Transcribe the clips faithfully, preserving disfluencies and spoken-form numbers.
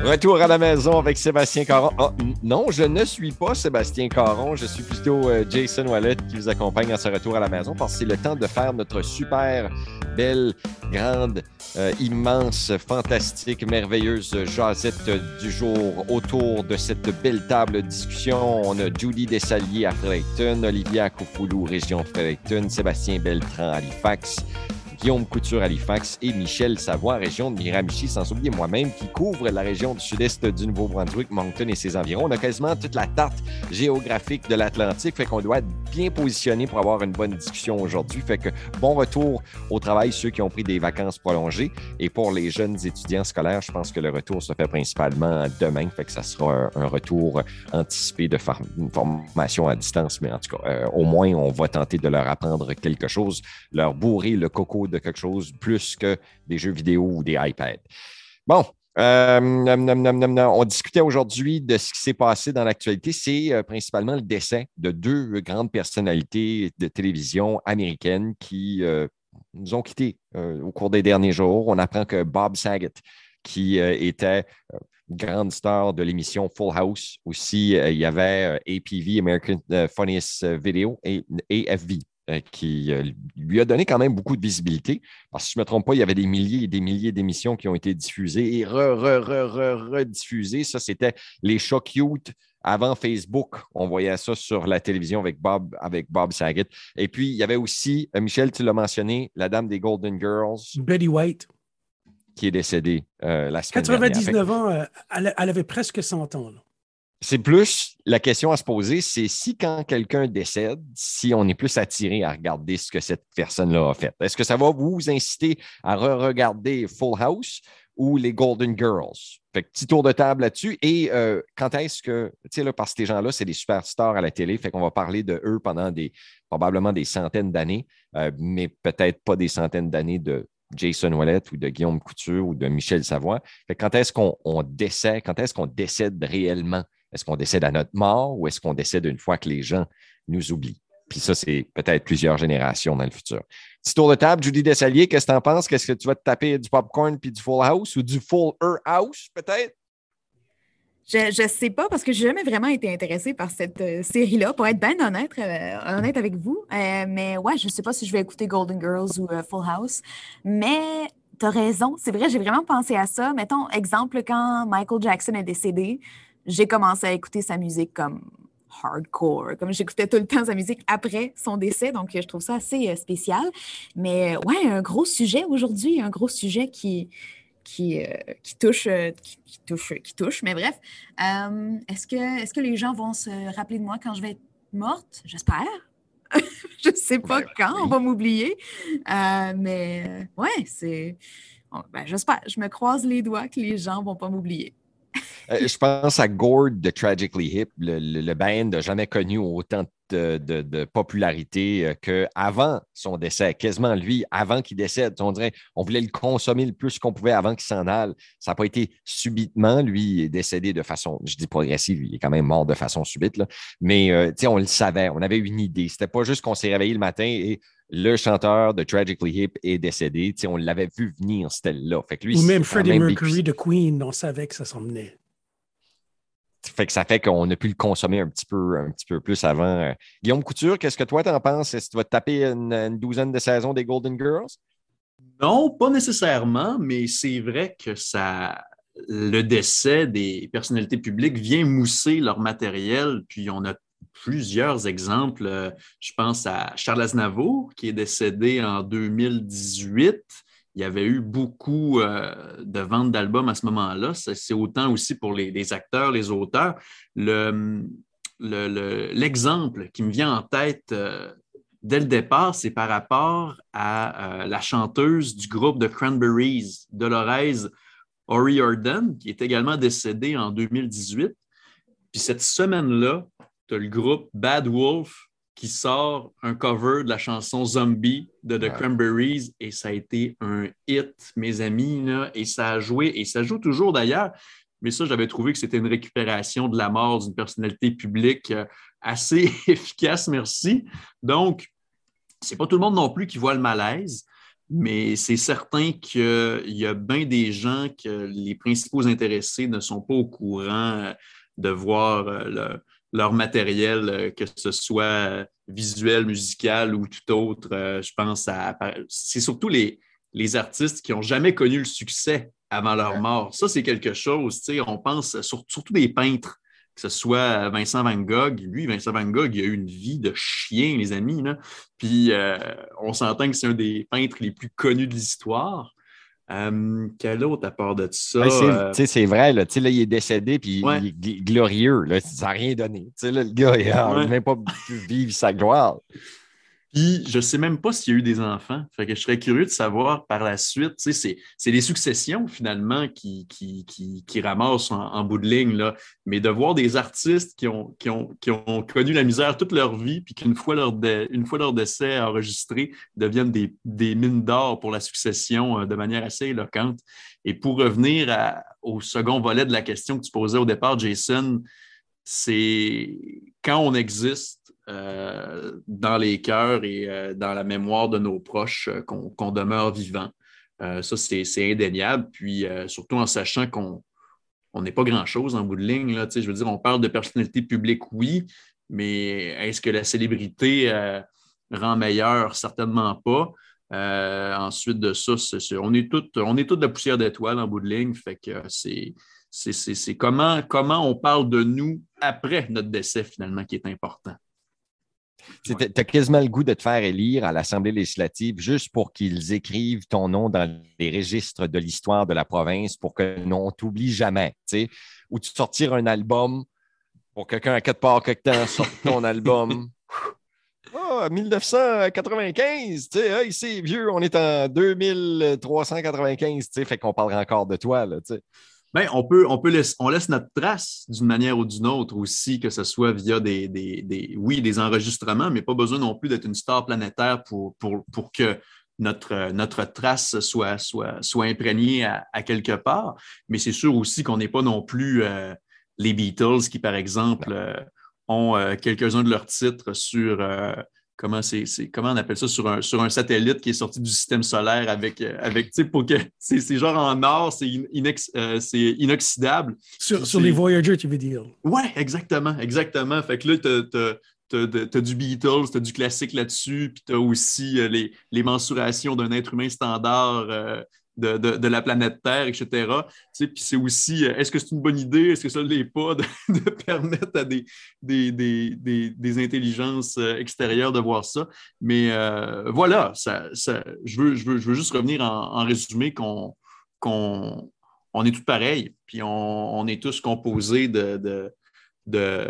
Retour à la maison avec Sébastien Caron. Oh, non, je ne suis pas Sébastien Caron. Je suis plutôt euh, Jason Wallet qui vous accompagne à ce retour à la maison parce que c'est le temps de faire notre super belle, grande, euh, immense, fantastique, merveilleuse jasette du jour autour de cette belle table de discussion. On a Judy Dessalier à Fredericton, Olivia Koufoulou, région de Fredericton, Sébastien Beltran à Halifax, Guillaume Couture à Halifax et Michel Savoie, région de Miramichi, sans oublier moi-même, qui couvre la région du sud-est du Nouveau-Brunswick, Moncton et ses environs. On a quasiment toute la tarte géographique de l'Atlantique, fait qu'on doit être bien positionné pour avoir une bonne discussion aujourd'hui. Fait que bon retour au travail, ceux qui ont pris des vacances prolongées. Et pour les jeunes étudiants scolaires, je pense que le retour se fait principalement demain, fait que ça sera un, un retour anticipé de for- une formation à distance, mais en tout cas, euh, au moins, on va tenter de leur apprendre quelque chose, leur bourrer le coco de quelque chose plus que des jeux vidéo ou des iPads. Bon, euh, nom, nom, nom, nom, nom. On discutait aujourd'hui de ce qui s'est passé dans l'actualité. C'est euh, principalement le décès de deux grandes personnalités de télévision américaines qui euh, nous ont quittés euh, au cours des derniers jours. On apprend que Bob Saget, qui euh, était euh, grande star de l'émission Full House, aussi, euh, il y avait euh, A P V, American uh, Funniest Video, et A F V, qui euh, lui a donné quand même beaucoup de visibilité. Parce que si je ne me trompe pas, il y avait des milliers et des milliers d'émissions qui ont été diffusées et re, re, re, re, rediffusées. Ça, c'était les shows cute avant Facebook. On voyait ça sur la télévision avec Bob, avec Bob Saget. Et puis, il y avait aussi, euh, Michel, tu l'as mentionné, la dame des Golden Girls. Betty White. Qui est décédée euh, la semaine quatre-vingt-dix-neuf dernière. ans, euh, elle, elle avait presque cent ans. Là. C'est plus, la question à se poser, c'est si quand quelqu'un décède, si on est plus attiré à regarder ce que cette personne-là a fait. Est-ce que ça va vous inciter à re-regarder Full House ou les Golden Girls? Fait que petit tour de table là-dessus. Et euh, quand est-ce que, tu sais, là, parce que ces gens-là, c'est des superstars à la télé, fait qu'on va parler de eux pendant des, probablement des centaines d'années, euh, mais peut-être pas des centaines d'années de Jason Wallet ou de Guillaume Couture ou de Michel Savoie. Fait que quand est-ce qu'on on décède, quand est-ce qu'on décède réellement? Est-ce qu'on décède à notre mort ou est-ce qu'on décède une fois que les gens nous oublient? Puis ça, c'est peut-être plusieurs générations dans le futur. Petit tour de table, Judy Dessalier, qu'est-ce que tu en penses? Qu'est-ce que tu vas te taper du popcorn puis du Full House ou du Full Her House, peut-être? Je ne sais pas parce que je n'ai jamais vraiment été intéressée par cette euh, série-là, pour être bien honnête, euh, honnête avec vous. Euh, mais ouais, je ne sais pas si je vais écouter Golden Girls ou euh, Full House. Mais tu as raison, c'est vrai, j'ai vraiment pensé à ça. Mettons, exemple, quand Michael Jackson est décédé, j'ai commencé à écouter sa musique comme hardcore, comme j'écoutais tout le temps sa musique après son décès, donc je trouve ça assez euh, spécial. Mais ouais, un gros sujet aujourd'hui, un gros sujet qui... Qui, euh, qui, touche, euh, qui, qui touche, qui touche, mais bref. Euh, est-ce que, est-ce que les gens vont se rappeler de moi quand je vais être morte? J'espère. Je ne sais pas ben, quand oui. On va m'oublier. Euh, mais euh, ouais, c'est... Ben, j'espère. Je me croise les doigts que les gens ne vont pas m'oublier. Euh, je pense à Gord de Tragically Hip. Le, le, le band n'a jamais connu autant de, de, de popularité qu'avant son décès. Quasiment lui, avant qu'il décède. On dirait on voulait le consommer le plus qu'on pouvait avant qu'il s'en aille. Ça n'a pas été subitement. Lui il est décédé de façon, je dis progressive, il est quand même mort de façon subite. Là. Mais euh, on le savait, on avait une idée. C'était pas juste qu'on s'est réveillé le matin et le chanteur de Tragically Hip est décédé. T'sais, on l'avait vu venir, c'était là. Fait que lui, ou même Freddie même Mercury vécu... de Queen, on savait que ça s'en venait. Fait que ça fait qu'on a pu le consommer un petit peu, un petit peu plus avant. Guillaume Couture, qu'est-ce que toi t'en penses? Est-ce que tu vas te taper une, une douzaine de saisons des Golden Girls? Non, pas nécessairement, mais c'est vrai que ça, le décès des personnalités publiques vient mousser leur matériel, puis on a plusieurs exemples. Je pense à Charles Aznavour, qui est décédé en deux mille dix-huit. Il y avait eu beaucoup euh, de ventes d'albums à ce moment-là. C'est autant aussi pour les, les acteurs, les auteurs. Le, le, le, l'exemple qui me vient en tête euh, dès le départ, c'est par rapport à euh, la chanteuse du groupe de Cranberries, Dolores O'Riordan, qui est également décédée en deux mille dix-huit. Puis cette semaine-là, tu as le groupe Bad Wolf qui sort un cover de la chanson Zombie de The ouais. Cranberries et ça a été un hit, mes amis, là, et ça a joué, et ça joue toujours d'ailleurs, mais ça, j'avais trouvé que c'était une récupération de la mort d'une personnalité publique assez efficace, merci. Donc, c'est pas tout le monde non plus qui voit le malaise, mais c'est certain qu'il y a bien des gens que les principaux intéressés ne sont pas au courant de voir le, leur matériel, que ce soit visuel, musical ou tout autre. Je pense à... C'est surtout les, les artistes qui n'ont jamais connu le succès avant leur mort. Ça, c'est quelque chose, tu sais, on pense sur, surtout des peintres, que ce soit Vincent Van Gogh. Lui, Vincent Van Gogh, il a eu une vie de chien, les amis, là. Puis, euh, on s'entend que c'est un des peintres les plus connus de l'histoire. Euh, quel autre à part de ça? Ouais, c'est, euh... c'est vrai, là, là, il est décédé, puis ouais. il est glorieux. Là, ça n'a rien donné. Là, le gars, il n'a ouais. même pas pu vivre sa gloire. Puis, je ne sais même pas s'il y a eu des enfants. Fait que je serais curieux de savoir par la suite. C'est, c'est les successions, finalement, qui, qui, qui, qui ramassent en, en bout de ligne. Là. Mais de voir des artistes qui ont, qui ont, qui ont connu la misère toute leur vie, puis qu'une fois leur, de, une fois leur décès enregistré, deviennent des, des mines d'or pour la succession euh, de manière assez éloquente. Et pour revenir à, au second volet de la question que tu posais au départ, Jason, c'est quand on existe, Euh, dans les cœurs et euh, dans la mémoire de nos proches euh, qu'on, qu'on demeure vivant. Euh, ça, c'est, c'est indéniable. Puis, euh, surtout en sachant qu'on on n'est pas grand-chose en bout de ligne. Là, je veux dire, on parle de personnalité publique, oui, mais est-ce que la célébrité euh, rend meilleur? Certainement pas. Euh, ensuite de ça, c'est, c'est, on est tous on est toute de la poussière d'étoiles en bout de ligne. Fait que c'est, c'est, c'est, c'est comment, comment on parle de nous après notre décès, finalement, qui est important. Tu as quasiment le goût de te faire élire à l'Assemblée législative juste pour qu'ils écrivent ton nom dans les registres de l'histoire de la province pour que l'on t'oublie jamais. T'sais. Ou tu sortir un album pour quelqu'un à quelque part, quelque temps, sorte ton album. Oh, dix-neuf cent quatre-vingt-quinze, tu sais, hey, c'est vieux, on est en deux mille trois cent quatre-vingt-quinze, tu sais, fait qu'on parlera encore de toi, là, tu sais. Bien, on peut, on peut laisse, on laisse notre trace d'une manière ou d'une autre aussi, que ce soit via des, des, des, oui, des enregistrements, mais pas besoin non plus d'être une star planétaire pour, pour, pour que notre, notre trace soit, soit, soit imprégnée à, à quelque part. Mais c'est sûr aussi qu'on n'est pas non plus euh, les Beatles qui, par exemple, euh, ont euh, quelques-uns de leurs titres sur... Euh, Comment, c'est, c'est, comment on appelle ça sur un, sur un satellite qui est sorti du système solaire avec, avec tu sais, pour que c'est, c'est genre en or, c'est, inox, euh, c'est inoxydable. Sur, c'est, sur les Voyager, tu veux dire? Oui, exactement, exactement. Fait que là, tu as du Beatles, tu as du classique là-dessus, puis tu as aussi euh, les, les mensurations d'un être humain standard euh, de, de, de la planète Terre, et cetera. Tu sais, puis c'est aussi, euh, est-ce que c'est une bonne idée, est-ce que ça ne l'est pas, de, de permettre à des, des, des, des, des intelligences euh, extérieures de voir ça. Mais euh, voilà, ça, ça, je, veux, je, veux, je veux juste revenir en, en résumé qu'on, qu'on on est tous pareils, puis on, on est tous composés de, de, de...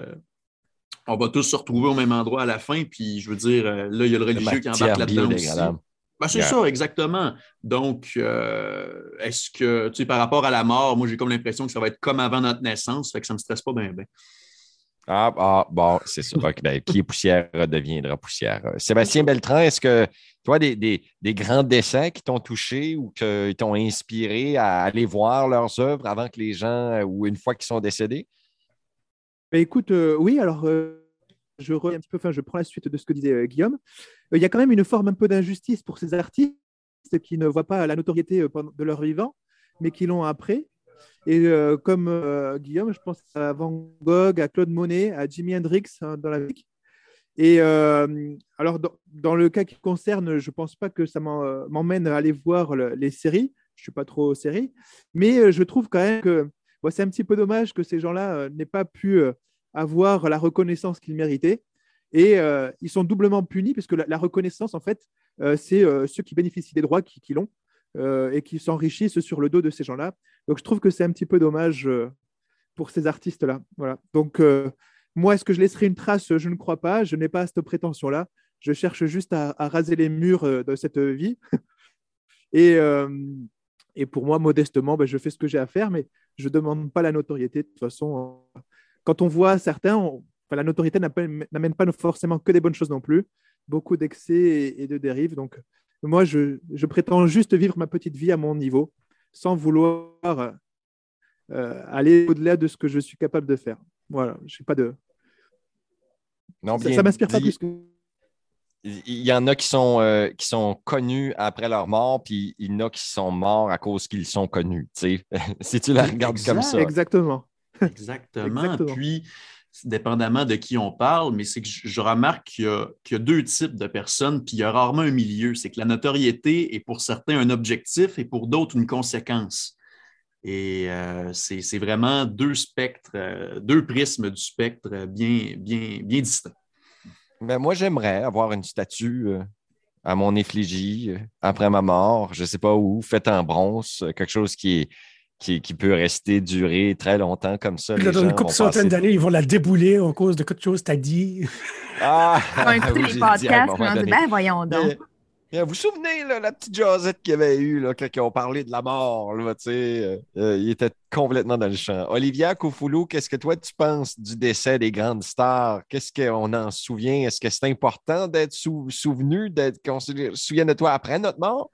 On va tous se retrouver au même endroit à la fin, puis je veux dire, là, il y a le religieux qui embarque là-dedans aussi. Ben, c'est yeah. ça, exactement. Donc, euh, est-ce que, tu sais, par rapport à la mort, moi, j'ai comme l'impression que ça va être comme avant notre naissance, fait que ça ne me stresse pas bien, bien. Ah, ah, bon, c'est ça. Okay, ben, qui est poussière deviendra poussière. Sébastien Beltran, est-ce que tu vois des, des, des grands dessins qui t'ont touché ou qui t'ont inspiré à aller voir leurs œuvres avant que les gens, ou une fois qu'ils sont décédés? Ben, écoute, euh, oui, alors euh, je, re, un petit peu, enfin, je prends la suite de ce que disait euh, Guillaume. Il euh, y a quand même une forme un peu d'injustice pour ces artistes qui ne voient pas la notoriété euh, de leur vivant, mais qui l'ont après. Et euh, comme euh, Guillaume, je pense à Van Gogh, à Claude Monet, à Jimi Hendrix hein, dans la musique. Et euh, alors, dans, dans le cas qui concerne, je ne pense pas que ça m'en, m'emmène à aller voir le, les séries. Je ne suis pas trop série. Mais euh, je trouve quand même que bon, c'est un petit peu dommage que ces gens-là euh, n'aient pas pu euh, avoir la reconnaissance qu'ils méritaient. Et euh, ils sont doublement punis, puisque la, la reconnaissance, en fait, euh, c'est euh, ceux qui bénéficient des droits qui, qui l'ont. Euh, et qui s'enrichissent sur le dos de ces gens-là. Donc, je trouve que c'est un petit peu dommage euh, pour ces artistes-là. Voilà. Donc, euh, moi, est-ce que je laisserai une trace? Je ne crois pas. Je n'ai pas cette prétention-là. Je cherche juste à, à raser les murs euh, de cette vie. et, euh, et pour moi, modestement, ben, je fais ce que j'ai à faire, mais je ne demande pas la notoriété. De toute façon, euh, quand on voit certains, on, enfin, la notoriété n'amène pas forcément que des bonnes choses non plus. Beaucoup d'excès et, et de dérives. Donc, moi, je, je prétends juste vivre ma petite vie à mon niveau, sans vouloir euh, aller au-delà de ce que je suis capable de faire. Voilà, je sais pas de. Non, ça, ça m'inspire dit... pas plus que. il y en a qui sont, euh, qui sont connus après leur mort, puis il y en a qui sont morts à cause qu'ils sont connus. Tu sais. Si tu la regardes Exact. comme ça. Exactement. Exactement. Exactement. Puis, dépendamment de qui on parle, mais c'est que je, je remarque qu'il y, a, qu'il y a deux types de personnes, puis il y a rarement un milieu. C'est que la notoriété est pour certains un objectif et pour d'autres une conséquence. Et euh, c'est, c'est vraiment deux spectres, euh, deux prismes du spectre bien, bien, bien distincts. Ben, moi, j'aimerais avoir une statue euh, à mon effigie euh, après ma mort, je ne sais pas où, faite en bronze, euh, quelque chose qui, est, qui, qui peut rester durer très longtemps comme ça. Puis Les là, dans une gens couple vont centaine passer- d'années, ils vont la débouler à cause de quelque chose que tu as dit. Ah! Ils vont écouter oui, les j'ai dit à un podcasts, moment puis on dit, donné. ben voyons donc. Mais, mais vous vous souvenez, là, la petite jasette qu'il y avait eu là, quand ils ont parlé de la mort, là, tu sais, euh, euh, il était complètement dans le champ. Olivia Koufoulou, qu'est-ce que toi tu penses du décès des grandes stars? Qu'est-ce qu'on en souvient? Est-ce que c'est important d'être sou- souvenu, d'être, qu'on se souvienne de toi après notre mort?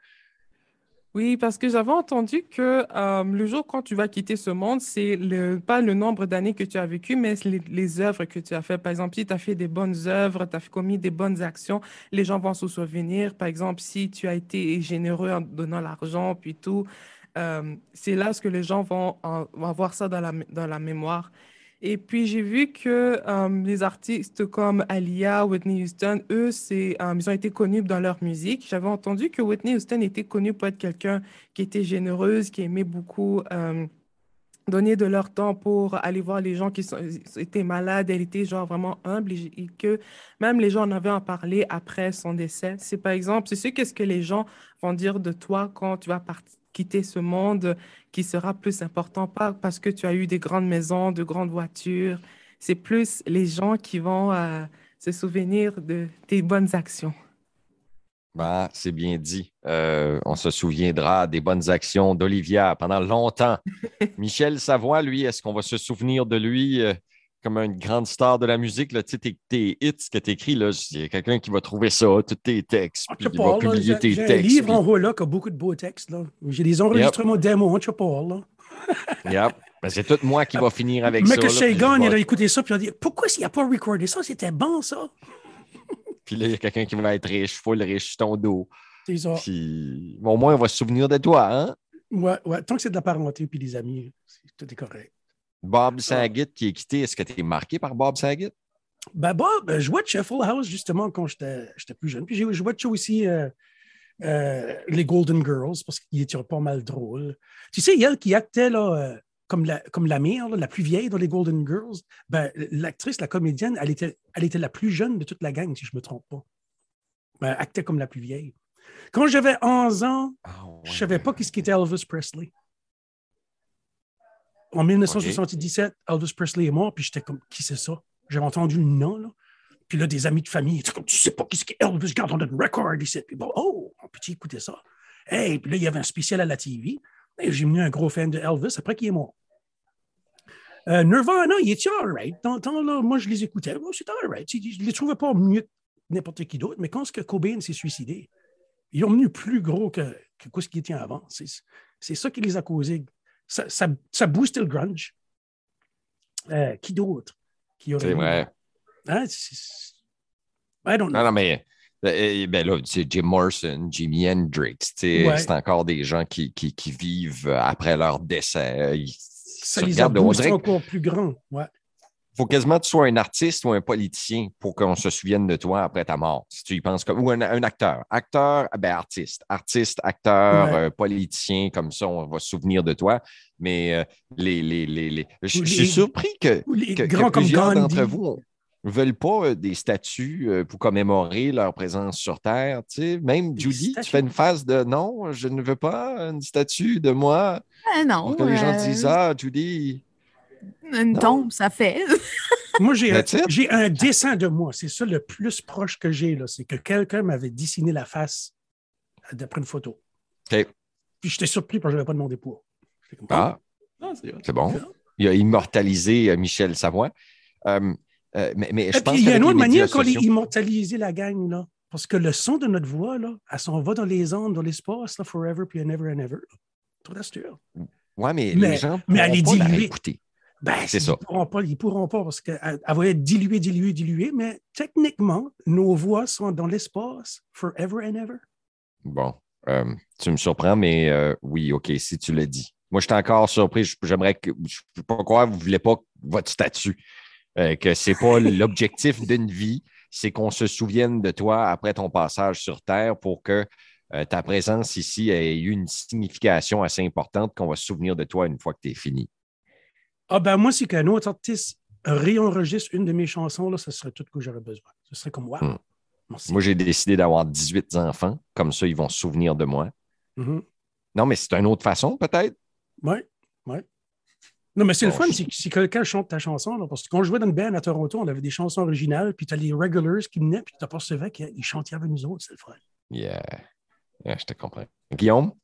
Oui, parce que j'avais entendu que euh, le jour quand tu vas quitter ce monde, c'est le, pas le nombre d'années que tu as vécu, mais c'est les, les œuvres que tu as faites. Par exemple, si tu as fait des bonnes œuvres, tu as commis des bonnes actions, les gens vont se souvenir. Par exemple, si tu as été généreux en donnant l'argent, puis tout, euh, c'est là ce que les gens vont, en- vont avoir ça dans la, mé- dans la mémoire. Et puis, j'ai vu que euh, les artistes comme Aaliyah, Whitney Houston, eux, c'est, euh, ils ont été connus dans leur musique. J'avais entendu que Whitney Houston était connue pour être quelqu'un qui était généreuse, qui aimait beaucoup euh, donner de leur temps pour aller voir les gens qui sont- étaient malades. Elle était genre vraiment humble et, et que même les gens en avaient en parlé après son décès. C'est par exemple, c'est sûr qu'est-ce que les gens vont dire de toi quand tu vas partir quitter ce monde qui sera plus important, pas parce que tu as eu des grandes maisons, de grandes voitures. C'est plus les gens qui vont euh, se souvenir de tes bonnes actions. Ben, c'est bien dit. Euh, on se souviendra des bonnes actions d'Olivia pendant longtemps. Michel Savoie, lui, est-ce qu'on va se souvenir de lui euh, comme une grande star de la musique? Là, tu sais, tes, tes hits que tu écris, il y a quelqu'un qui va trouver ça, tous tes textes, En puis il va Chapal, là, publier j'ai tes j'ai un textes. livre puis- en haut là qui a beaucoup de beaux textes. Là. J'ai des enregistrements démo en Chapal. Là. Yep. Ben, c'est tout moi qui va finir avec Mais ça. que là, puis je Shagan, vais- il a écouté ça, puis il a dit pourquoi s'il n'a pas recordé ça? C'était bon, ça. Puis là, il y a quelqu'un qui va être riche, full riche sur ton dos. C'est ça. Puis au moins, on va se souvenir de toi, hein? Ouais, ouais. Tant que c'est de la parenté puis des amis, c'est- tout est correct. Bob Saget qui est quitté, est-ce que tu es marqué par Bob Saget? Ben, Bob, euh, je watchais Full House justement quand j'étais j'étais plus jeune. Puis j'ai- je watchais aussi euh, euh, les Golden Girls parce qu'il était pas mal drôle. Tu sais, elle qui actait là, euh, comme, la, comme la mère, là, la plus vieille dans les Golden Girls, ben, l'actrice, la comédienne, elle était, elle était la plus jeune de toute la gang, si je ne me trompe pas. Ben, elle actait comme la plus vieille. Quand j'avais onze ans, Ah, ouais. je ne savais pas qui ce qu'était Elvis Presley. En dix-neuf cent soixante-dix-sept, Elvis Presley est mort, puis j'étais comme, qui c'est ça? J'avais entendu le nom, là. Puis là, des amis de famille étaient comme, tu sais pas qui c'est Elvis, regarde, on a un record ici. Puis bon, oh, on peut-tu écouter ça? Hey, puis là, il y avait un spécial à la T V. Et j'ai venu un gros fan de Elvis après qu'il est mort. Euh, Nirvana, il était all right. Dans, dans, là, moi, je les écoutais. Bon, c'était all right. Je ne les trouvais pas mieux que n'importe qui d'autre. Mais quand ce que Cobain s'est suicidé, ils ont venu plus gros que, que ce qui était avant. C'est, c'est ça qui les a causés. Ça, ça, ça boostait le grunge. Euh, qui d'autre? Qui aurait C'est eu- vrai. Hein? C'est- c'est- I don't know. Non, non, mais euh, ben là, c'est Jim Morrison, Jimi Hendrix, tu sais, Ouais. c'est encore des gens qui, qui, qui vivent après leur décès. Ils, Ça tu les a regardes, on boostés dirait encore plus grands. Ouais. faut quasiment que tu sois un artiste ou un politicien pour qu'on se souvienne de toi après ta mort. Si tu y penses comme. Ou un, un acteur. Acteur, ben artiste. Artiste, acteur, Ouais. euh, politicien, comme ça, on va se souvenir de toi. Mais euh, les, les, les, les... Je, Ou je suis les- surpris que, Ou les que, que grands comme plusieurs Gandhi. d'entre vous ne veulent pas euh, des statues euh, pour commémorer leur présence sur Terre. Tu sais, même Des Judy, tu statues? fais une phase de non, je ne veux pas une statue de moi. Euh, non. Pour que les gens euh, disent Ah, Judy. Une non. tombe, ça fait. Moi, j'ai un, That's it. j'ai un dessin de moi. C'est ça le plus proche que j'ai. Là. C'est que quelqu'un m'avait dessiné la face d'après une photo. OK. Puis j'étais surpris parce que je n'avais pas demandé pour. J'étais comme, Ah, Ah, c'est hot. c'est bon. Il a immortalisé euh, Michel Savoie. Euh, euh, mais, mais je Et pense puis, il y a qu'avec une les autre manière médias qu'on ait sociaux- immortalisé la gang, là. Parce que le son de notre voix, là, elle s'en va dans les ondes, dans l'espace, là, forever, puis never and ever. Trop sûr. Ouais, mais, Mais- les gens mais elle pourront est pas la diluée. réécouter. Ben, C'est ils ça. pourront pas, ils pourront pas parce qu'elle va être diluée, diluée, diluée, mais techniquement, nos voix sont dans l'espace forever and ever. Bon, euh, tu me surprends, mais euh, oui, OK, si tu le dis. Moi, je suis encore surpris. Je- J'aimerais que. Je ne peux pas croire que vous ne voulez pas votre statut. Euh, que ce n'est pas l'objectif d'une vie, c'est qu'on se souvienne de toi après ton passage sur Terre pour que euh, ta présence ici ait eu une signification assez importante, qu'on va se souvenir de toi une fois que tu es fini. Ah ben moi, si qu'un autre artiste réenregistre une de mes chansons, là, ce serait tout ce que j'aurais besoin. Ce serait comme wow. Hmm. Merci. Moi, j'ai décidé d'avoir dix-huit enfants. Comme ça, ils vont se souvenir de moi. Mhm. Non, mais c'est une autre façon, peut-être. Oui, oui. Non, mais c'est le Bon, fun, je- si, si quelqu'un chante ta chanson, là, parce que quand je jouais dans une band à Toronto, on avait des chansons originales, puis tu as les regulars qui venaient, puis tu t'apercevais qu'ils chantaient avec nous autres, c'est le fun. Yeah. Yeah, je te comprends. Guillaume?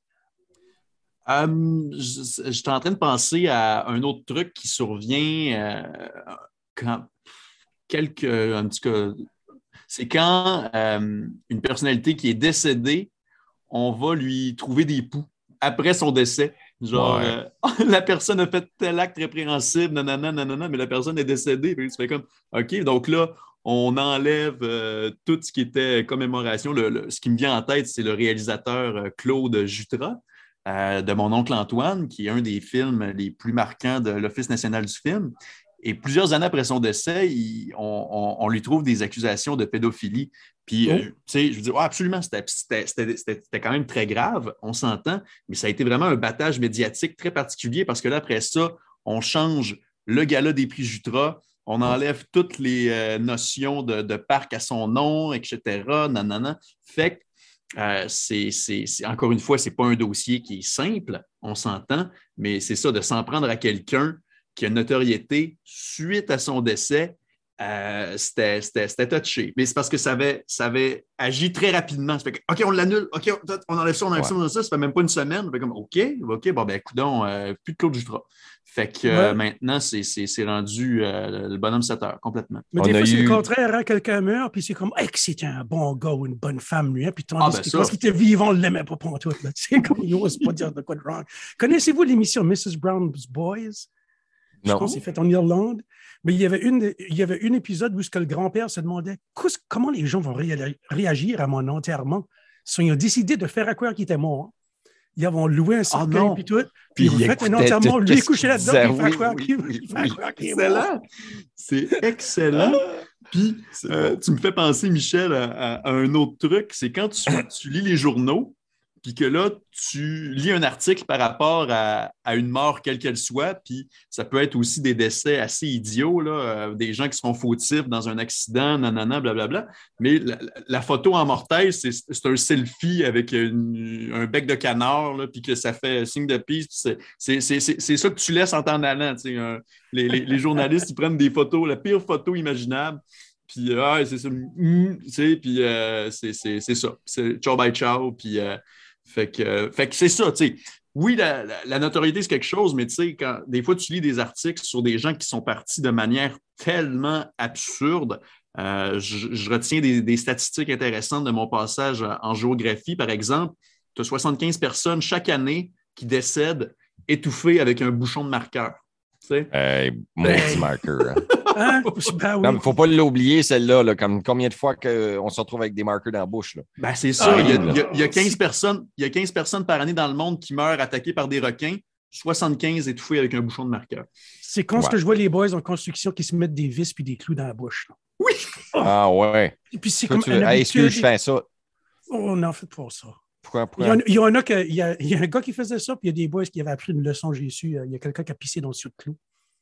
Euh, je- J'étais en train de penser à un autre truc qui survient euh, quand quelques, en tout cas, c'est quand euh, une personnalité qui est décédée, on va lui trouver des poux après son décès. Genre, Ouais. euh, la personne a fait tel acte répréhensible, nanana, nanana, mais la personne est décédée. Puis tu fais comme, OK, donc là, on enlève euh, tout ce qui était commémoration. Le- le- ce qui me vient en tête, c'est le réalisateur euh, Claude Jutras, euh, de Mon oncle Antoine, qui est un des films les plus marquants de l'Office national du film. Et plusieurs années après son décès, il- on, on- on lui trouve des accusations de pédophilie. Puis, euh, Oh. tu sais, je veux dire, ouais, absolument, c'était- c'était c'était- c'était- c'était quand même très grave, on s'entend, mais ça a été vraiment un battage médiatique très particulier parce que là, après ça, on change le gala des prix Jutras, on enlève toutes les euh, notions de, de parc à son nom, et cetera. Nanana. Fait que euh, c'est, c'est- c'est- encore une fois, ce n'est pas un dossier qui est simple, on s'entend, mais c'est ça, de s'en prendre à quelqu'un qui a une notoriété suite à son décès, euh, c'était, c'était, c'était touché. Mais c'est parce que ça avait, ça avait agi très rapidement. Ça fait que, OK, on l'annule, OK, on, on enlève ça, on enlève ça, on enlève ça, ça fait même pas une semaine. On fait comme, OK, OK, bon, ben, coudonc, euh, plus de Claude Jutras. Fait que euh, Ouais. maintenant, c'est, c'est, c'est rendu euh, le bonhomme sept heures, complètement. Mais On des a fois, c'est eu- le contraire, hein, quelqu'un meurt, puis c'est comme, hey, que c'était un bon gars ou une bonne femme, lui, hein, puis tandis Ah, ben que ça. quand il était vivant, on ne l'aimait pas pour tout. Là. Tu sais, comme il n'ose pas dire de quoi de wrong. Connaissez-vous l'émission missus Brown's Boys? Je Non. pense que c'est fait en Irlande. Mais il y avait une, il y avait un épisode où ce que le grand-père se demandait Qu'est-ce- comment les gens vont réa- réagir à mon enterrement. So, ils ont décidé de faire à croire qu'il était mort. Ils avaient loué un cercueil non. puis tout. Puis Puis ils ont il fait un écoutait enterrement. tout Lui, il ce couchait qu'il là-dedans. disait. Puis il fait Oui, croire oui, qu'il oui, il fait oui. croire qu'il est mort. Excellent. C'est excellent. Puis, C'est euh, bon. tu me fais penser, Michel, à, à- à un autre truc. C'est quand tu, tu lis les journaux, puis que là, tu lis un article par rapport à, à une mort, quelle qu'elle soit, puis ça peut être aussi des décès assez idiots, là, euh, des gens qui seront fautifs dans un accident, nanana, blablabla. Mais la, la photo en mortail, c'est, c'est un selfie avec une- un bec de canard, là, puis que ça fait signe de peace. puis C'est, c'est, c'est, c'est, c'est ça que tu laisses en t'en allant. Tu sais, un- les, les- les journalistes, ils prennent des photos, la pire photo imaginable. Puis, euh, ah, c'est ça. mm, tu sais, puis euh, c'est, c'est, c'est ça. C'est ciao by ciao. Puis, euh, fait que, euh, fait que c'est ça, tu sais. Oui, la, la- la notoriété, c'est quelque chose, mais tu sais, quand des fois, tu lis des articles sur des gens qui sont partis de manière tellement absurde. Euh, je, je retiens des, des statistiques intéressantes de mon passage en géographie, par exemple. Tu as soixante-quinze personnes chaque année qui décèdent étouffées avec un bouchon de marqueur. Tu sais? Euh, maudit marqueur. hein. Hein? Ben oui. Non, mais faut pas l'oublier, celle-là. Là, comme combien de fois qu'on se retrouve avec des marqueurs dans la bouche. Là. Ben, c'est ça. Ah, il, y a, là. il y a- il y a quinze personnes, il y a quinze personnes par année dans le monde qui meurent attaquées par des requins, soixante-quinze étouffées avec un bouchon de marqueur. C'est quand ce Ouais. que je vois les boys en construction qui se mettent des vis puis des clous dans la bouche. Là. Oui! Ah ouais. Et puis c'est Toi, comme tu une veux- Hey, excuse, habitude. je fais ça. Oh, on en fait pas ça. Pourquoi? Il y, pourquoi? en, il y en a que, il y a, il y a un gars qui faisait ça, puis il y a des boys qui avaient appris une leçon, j'ai su. euh, Il y a quelqu'un qui a pissé dans le sud de clou.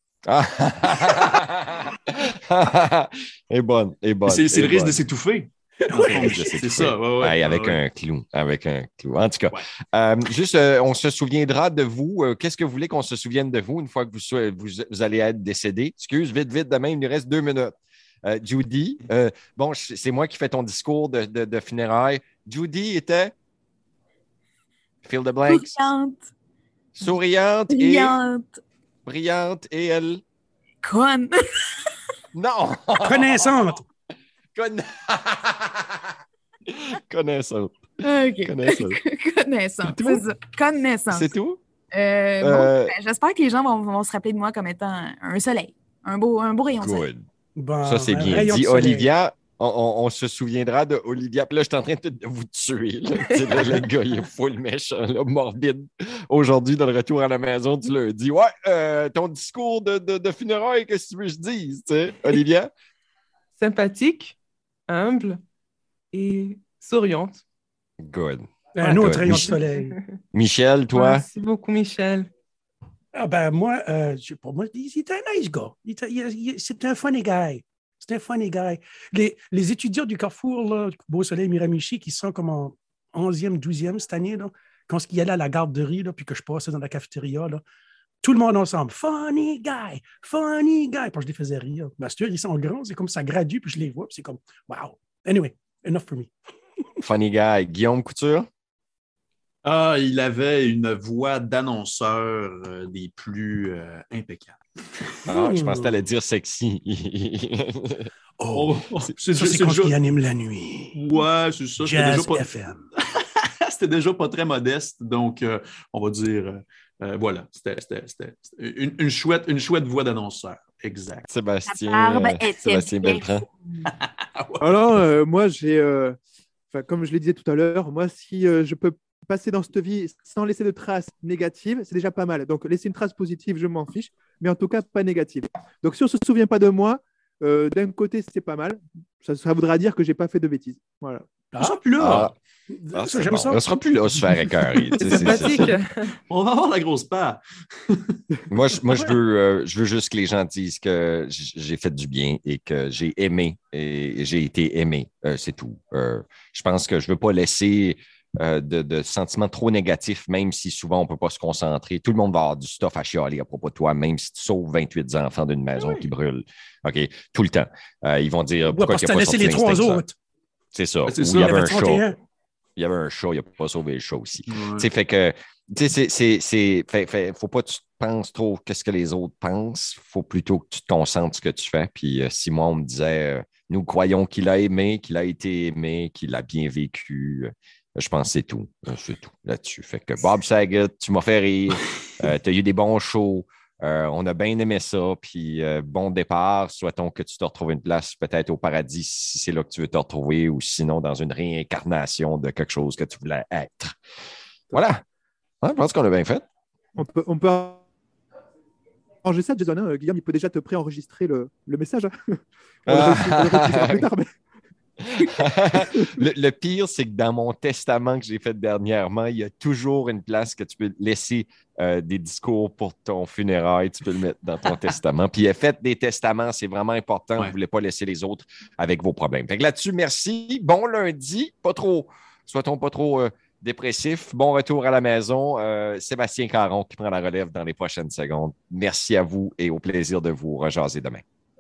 Ah. est bonne, est bonne. C'est, c'est est le risque bonne. de s'étouffer. Dans Oui. le fond, Je sais c'est tout ça. fait. Ouais, ouais, Hey, ouais, avec ouais. un clou. Avec un clou. En tout cas, Ouais. euh, juste, euh, on se souviendra de vous. Euh, qu'est-ce que vous voulez qu'on se souvienne de vous une fois que vous, so- vous, vous allez être décédé? Excuse, vite, vite, demain, il nous reste deux minutes. Euh, Judy, euh, bon, je- c'est moi qui fais ton discours de, de, de funérailles. Judy était fill the blanks, Souriante, souriante et brillante, brillante et elle. conne. Non! Connaissante. Conna- Connaissante. OK. Connaissante. Connaissante, C'est tout? c'est ça. Connaissance. C'est tout? Euh, bon, Euh, ben, j'espère que les gens vont, vont se rappeler de moi comme étant un soleil, un beau, un beau rayon de soleil. Good. Bon, Ça, c'est un bien rayon de dit. soleil. Olivia, on, on- on se souviendra de Olivia. Puis là, je suis en train de, de vous tuer. Là. Tu sais, là, le gars, il est full méchant, là, morbide. Aujourd'hui, dans le retour à la maison du lundi. Ouais, euh, ton discours de, de, de funérailles, qu'est-ce que tu veux que je dise? Tu sais? Olivia? Sympathique, humble et souriante. Good. Un Ah, autre good. rayon de Mich- soleil. Michel, toi? Merci beaucoup, Michel. Ah ben moi, euh, je sais pas, moi, il il était un nice gars. Il était- il- il- C'était un funny guy. C'était un funny guy. Les, les étudiants du Carrefour, là, Beau Soleil, Miramichi, qui sont comme en onzième, douzième cette année, là, quand ils allaient à la garderie, là, puis que je passais dans la cafétéria, là, tout le monde ensemble. Funny guy, funny guy. Puis je les faisais rire. Ben, c'est sûr, ils sont grands, c'est comme ça gradue, puis je les vois, puis c'est comme, wow. Anyway, enough for me. Funny guy. Guillaume Couture? Ah, il avait une voix d'annonceur euh, des plus euh, impeccables. Ah, je pensais que tu allais dire sexy. Oh, Oh, c'est, c'est- ça, c'est c'est quand déjà- il anime la nuit. Ouais, c'est ça. C'était Jazz déjà, pas... F M. c'était déjà pas très modeste. Donc, euh, on va dire, euh, euh, voilà, c'était, c'était- c'était- c'était une, une chouette, une chouette voix d'annonceur. Exact. Sébastien, La barbe euh, était Sébastien bien Beltran. Alors, euh, moi, j'ai, euh, enfin, comme je le disais tout à l'heure, moi, si euh, je peux passer dans cette vie sans laisser de traces négatives, c'est déjà pas mal. Donc, laisser une trace positive, je m'en fiche, mais en tout cas, pas négative. Donc, si on se souvient pas de moi, euh, d'un côté, c'est pas mal. Ça, ça voudra dire que j'ai pas fait de bêtises. Voilà. On sera plus là. Ah, ah, ça, c'est j'aime bon. ça. On ne sera plus là à se faire écœurer. Tu sais, C'est c'est- c'est- sympathique. On va avoir la grosse part. Moi, je, moi je, veux, euh, je veux juste que les gens disent que j- j'ai fait du bien et que j'ai aimé et j'ai été aimé. Euh, c'est tout. Euh, je pense que je ne veux pas laisser euh, de, de sentiments trop négatifs, même si souvent on ne peut pas se concentrer. Tout le monde va avoir du stuff à chialer à propos de toi, même si tu sauves vingt-huit enfants d'une maison Oui. qui brûle. OK? Tout le temps. Euh, ils vont dire Ouais, pourquoi parce il que n'y a t'as pas laissé sorti les trois l'instinct, ça? autres. C'est ça. C'est Ou ça. il y Il y avait avait un trente et chat. un. Il y avait un chat, il n'a pas sauvé le chat aussi. Ouais. Tu sais, fait que, tu sais, c'est, c'est, c'est, fait, fait, faut pas que tu penses trop qu'est-ce que les autres pensent. Faut plutôt que tu te concentres sur ce que tu fais. Puis euh, si moi, on me disait, euh, nous croyons qu'il a aimé, qu'il a été aimé, qu'il a bien vécu, euh, je pense que c'est tout. Euh, C'est tout là-dessus. Fait que Bob Saget, tu m'as fait rire. Euh, tu as eu des bons shows. Euh, on a bien aimé ça. Puis euh, bon départ. Souhaitons que tu te retrouves une place peut-être au paradis si c'est là que tu veux te retrouver ou sinon dans une réincarnation de quelque chose que tu voulais être. Voilà. Ouais, je pense qu'on a bien fait. On peut, on peut arranger ça, Jason. hein. Guillaume, il peut déjà te préenregistrer le, le message. hein. On le Ah. réussira- on le réutilisera plus tard, mais- le, le pire, c'est que dans mon testament que j'ai fait dernièrement, il y a toujours une place que tu peux laisser euh, des discours pour ton funérail. Tu peux le mettre dans ton testament. Puis faites des testaments, c'est vraiment important. Ouais. Vous ne voulez pas laisser les autres avec vos problèmes. Fait que là-dessus, merci. Bon lundi. Pas trop, soit-on pas trop euh, dépressif. Bon retour à la maison. Euh, Sébastien Caron qui prend la relève dans les prochaines secondes. Merci à vous et au plaisir de vous rejaser demain.